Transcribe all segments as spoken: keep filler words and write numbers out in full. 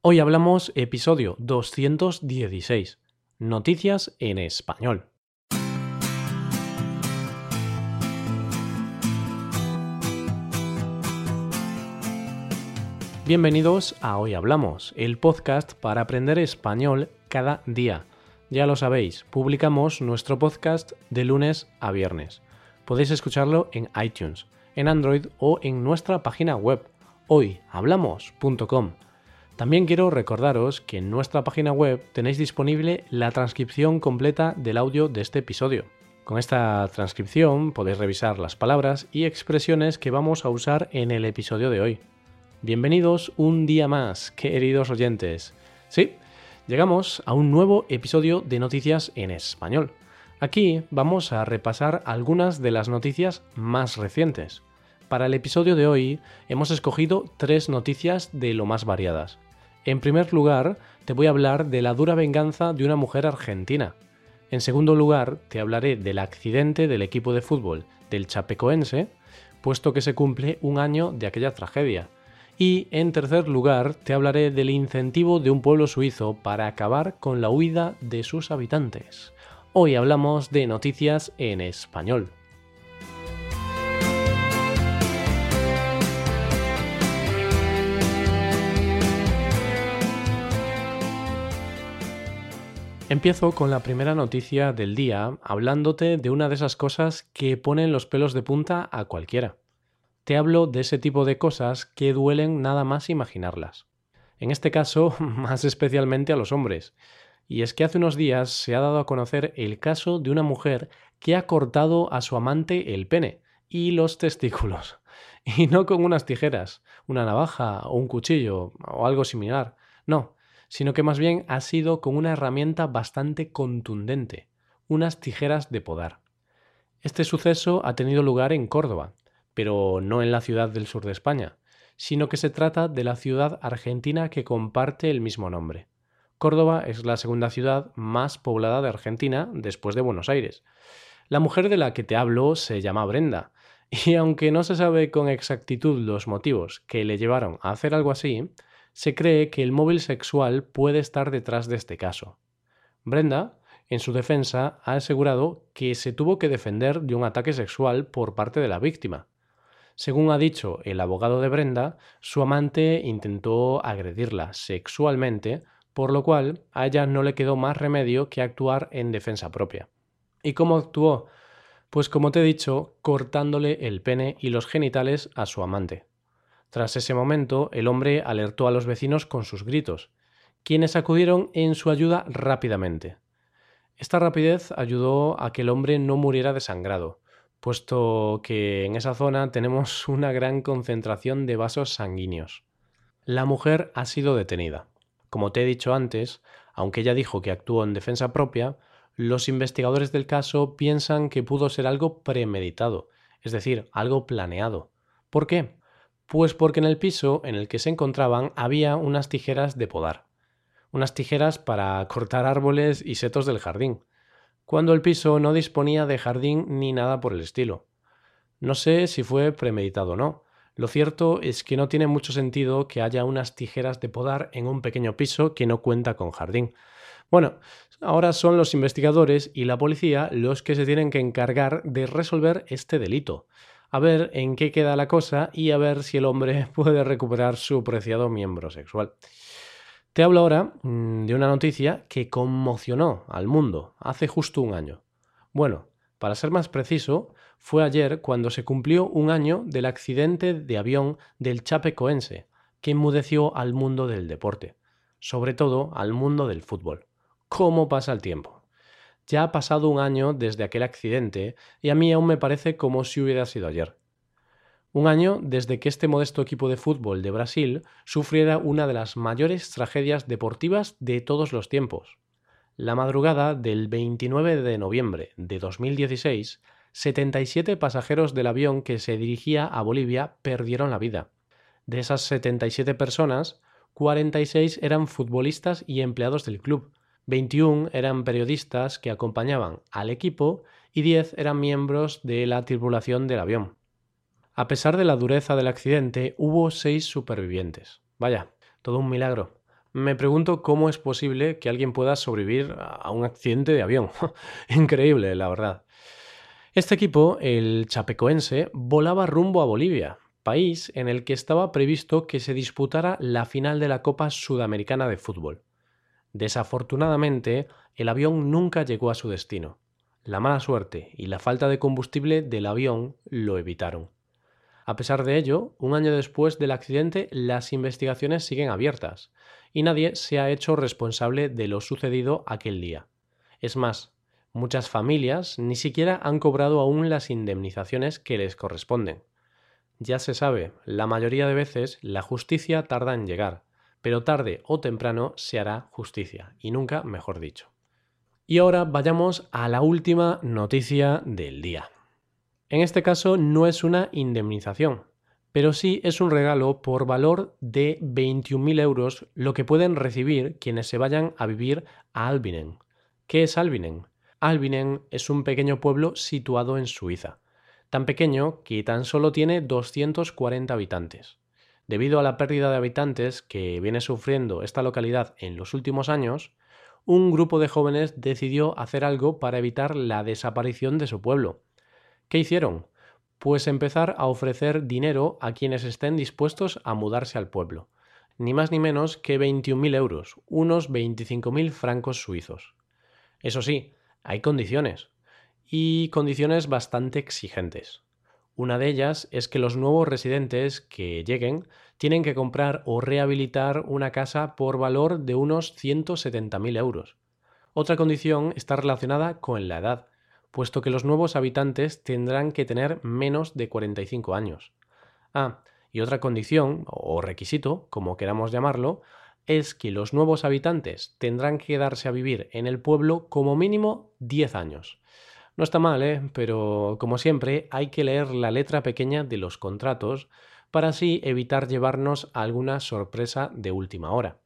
Hoy hablamos episodio doscientos dieciséis, Noticias en Español. Bienvenidos a Hoy Hablamos, el podcast para aprender español cada día. Ya lo sabéis, publicamos nuestro podcast de lunes a viernes. Podéis escucharlo en iTunes, en Android o en nuestra página web, hoy hablamos punto com. También quiero recordaros que en nuestra página web tenéis disponible la transcripción completa del audio de este episodio. Con esta transcripción podéis revisar las palabras y expresiones que vamos a usar en el episodio de hoy. Bienvenidos un día más, queridos oyentes. Sí, llegamos a un nuevo episodio de Noticias en Español. Aquí vamos a repasar algunas de las noticias más recientes. Para el episodio de hoy hemos escogido tres noticias de lo más variadas. En primer lugar, te voy a hablar de la dura venganza de una mujer argentina. En segundo lugar, te hablaré del accidente del equipo de fútbol del Chapecoense, puesto que se cumple un año de aquella tragedia. Y en tercer lugar, te hablaré del incentivo de un pueblo suizo para acabar con la huida de sus habitantes. Hoy hablamos de noticias en español. Empiezo con la primera noticia del día, hablándote de una de esas cosas que ponen los pelos de punta a cualquiera. Te hablo de ese tipo de cosas que duelen nada más imaginarlas. En este caso, más especialmente a los hombres. Y es que hace unos días se ha dado a conocer el caso de una mujer que ha cortado a su amante el pene y los testículos. Y no con unas tijeras, una navaja o un cuchillo o algo similar. No, sino que más bien ha sido con una herramienta bastante contundente, unas tijeras de podar. Este suceso ha tenido lugar en Córdoba, pero no en la ciudad del sur de España, sino que se trata de la ciudad argentina que comparte el mismo nombre. Córdoba es la segunda ciudad más poblada de Argentina después de Buenos Aires. La mujer de la que te hablo se llama Brenda, y aunque no se sabe con exactitud los motivos que le llevaron a hacer algo así, se cree que el móvil sexual puede estar detrás de este caso. Brenda, en su defensa, ha asegurado que se tuvo que defender de un ataque sexual por parte de la víctima. Según ha dicho el abogado de Brenda, su amante intentó agredirla sexualmente, por lo cual a ella no le quedó más remedio que actuar en defensa propia. ¿Y cómo actuó? Pues como te he dicho, cortándole el pene y los genitales a su amante. Tras ese momento, el hombre alertó a los vecinos con sus gritos, quienes acudieron en su ayuda rápidamente. Esta rapidez ayudó a que el hombre no muriera desangrado, puesto que en esa zona tenemos una gran concentración de vasos sanguíneos. La mujer ha sido detenida. Como te he dicho antes, aunque ella dijo que actuó en defensa propia, los investigadores del caso piensan que pudo ser algo premeditado, es decir, algo planeado. ¿Por qué? Pues porque en el piso en el que se encontraban había unas tijeras de podar, unas tijeras para cortar árboles y setos del jardín, cuando el piso no disponía de jardín ni nada por el estilo. No sé si fue premeditado o no. Lo cierto es que no tiene mucho sentido que haya unas tijeras de podar en un pequeño piso que no cuenta con jardín. Bueno, ahora son los investigadores y la policía los que se tienen que encargar de resolver este delito. A ver en qué queda la cosa y a ver si el hombre puede recuperar su preciado miembro sexual. Te hablo ahora mmm, de una noticia que conmocionó al mundo hace justo un año. Bueno, para ser más preciso, fue ayer cuando se cumplió un año del accidente de avión del Chapecoense, que enmudeció al mundo del deporte, sobre todo al mundo del fútbol. ¿Cómo pasa el tiempo? Ya ha pasado un año desde aquel accidente y a mí aún me parece como si hubiera sido ayer. Un año desde que este modesto equipo de fútbol de Brasil sufriera una de las mayores tragedias deportivas de todos los tiempos. La madrugada del veintinueve de noviembre de dos mil dieciséis, setenta y siete pasajeros del avión que se dirigía a Bolivia perdieron la vida. De esas setenta y siete personas, cuarenta y seis eran futbolistas y empleados del club, veintiuno eran periodistas que acompañaban al equipo y diez eran miembros de la tripulación del avión. A pesar de la dureza del accidente, hubo seis supervivientes. Vaya, todo un milagro. Me pregunto cómo es posible que alguien pueda sobrevivir a un accidente de avión. Increíble, la verdad. Este equipo, el Chapecoense, volaba rumbo a Bolivia, país en el que estaba previsto que se disputara la final de la Copa Sudamericana de Fútbol. Desafortunadamente, el avión nunca llegó a su destino. La mala suerte y la falta de combustible del avión lo evitaron. A pesar de ello, un año después del accidente, las investigaciones siguen abiertas y nadie se ha hecho responsable de lo sucedido aquel día. Es más, muchas familias ni siquiera han cobrado aún las indemnizaciones que les corresponden. Ya se sabe, la mayoría de veces la justicia tarda en llegar, pero tarde o temprano se hará justicia, y nunca mejor dicho. Y ahora vayamos a la última noticia del día. En este caso no es una indemnización, pero sí es un regalo por valor de veintiún mil euros lo que pueden recibir quienes se vayan a vivir a Albinen. ¿Qué es Albinen? Albinen es un pequeño pueblo situado en Suiza, tan pequeño que tan solo tiene doscientos cuarenta habitantes. Debido a la pérdida de habitantes que viene sufriendo esta localidad en los últimos años, un grupo de jóvenes decidió hacer algo para evitar la desaparición de su pueblo. ¿Qué hicieron? Pues empezar a ofrecer dinero a quienes estén dispuestos a mudarse al pueblo. Ni más ni menos que veintiún mil euros, unos veinticinco mil francos suizos. Eso sí, hay condiciones, y condiciones bastante exigentes. Una de ellas es que los nuevos residentes que lleguen tienen que comprar o rehabilitar una casa por valor de unos ciento setenta mil euros. Otra condición está relacionada con la edad, puesto que los nuevos habitantes tendrán que tener menos de cuarenta y cinco años. Ah, y otra condición, o requisito, como queramos llamarlo, es que los nuevos habitantes tendrán que quedarse a vivir en el pueblo como mínimo diez años. No está mal, ¿eh? Pero como siempre hay que leer la letra pequeña de los contratos para así evitar llevarnos a alguna sorpresa de última hora.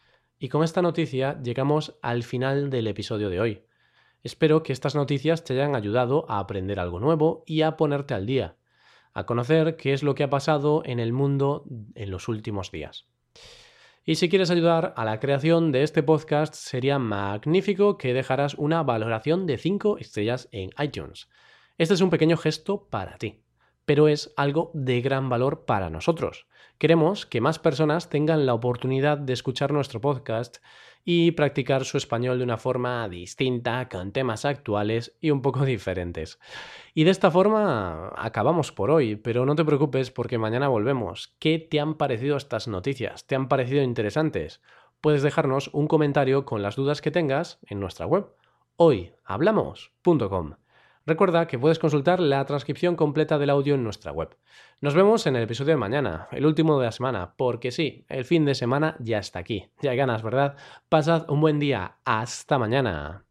Y con esta noticia llegamos al final del episodio de hoy. Espero que estas noticias te hayan ayudado a aprender algo nuevo y a ponerte al día, a conocer qué es lo que ha pasado en el mundo en los últimos días. Y si quieres ayudar a la creación de este podcast, sería magnífico que dejaras una valoración de cinco estrellas en iTunes. Este es un pequeño gesto para ti, pero es algo de gran valor para nosotros. Queremos que más personas tengan la oportunidad de escuchar nuestro podcast y practicar su español de una forma distinta, con temas actuales y un poco diferentes. Y de esta forma acabamos por hoy, pero no te preocupes porque mañana volvemos. ¿Qué te han parecido estas noticias? ¿Te han parecido interesantes? Puedes dejarnos un comentario con las dudas que tengas en nuestra web, hoy hablamos punto com. Recuerda que puedes consultar la transcripción completa del audio en nuestra web. Nos vemos en el episodio de mañana, el último de la semana, porque sí, el fin de semana ya está aquí. Ya hay ganas, ¿verdad? Pasad un buen día. Hasta mañana.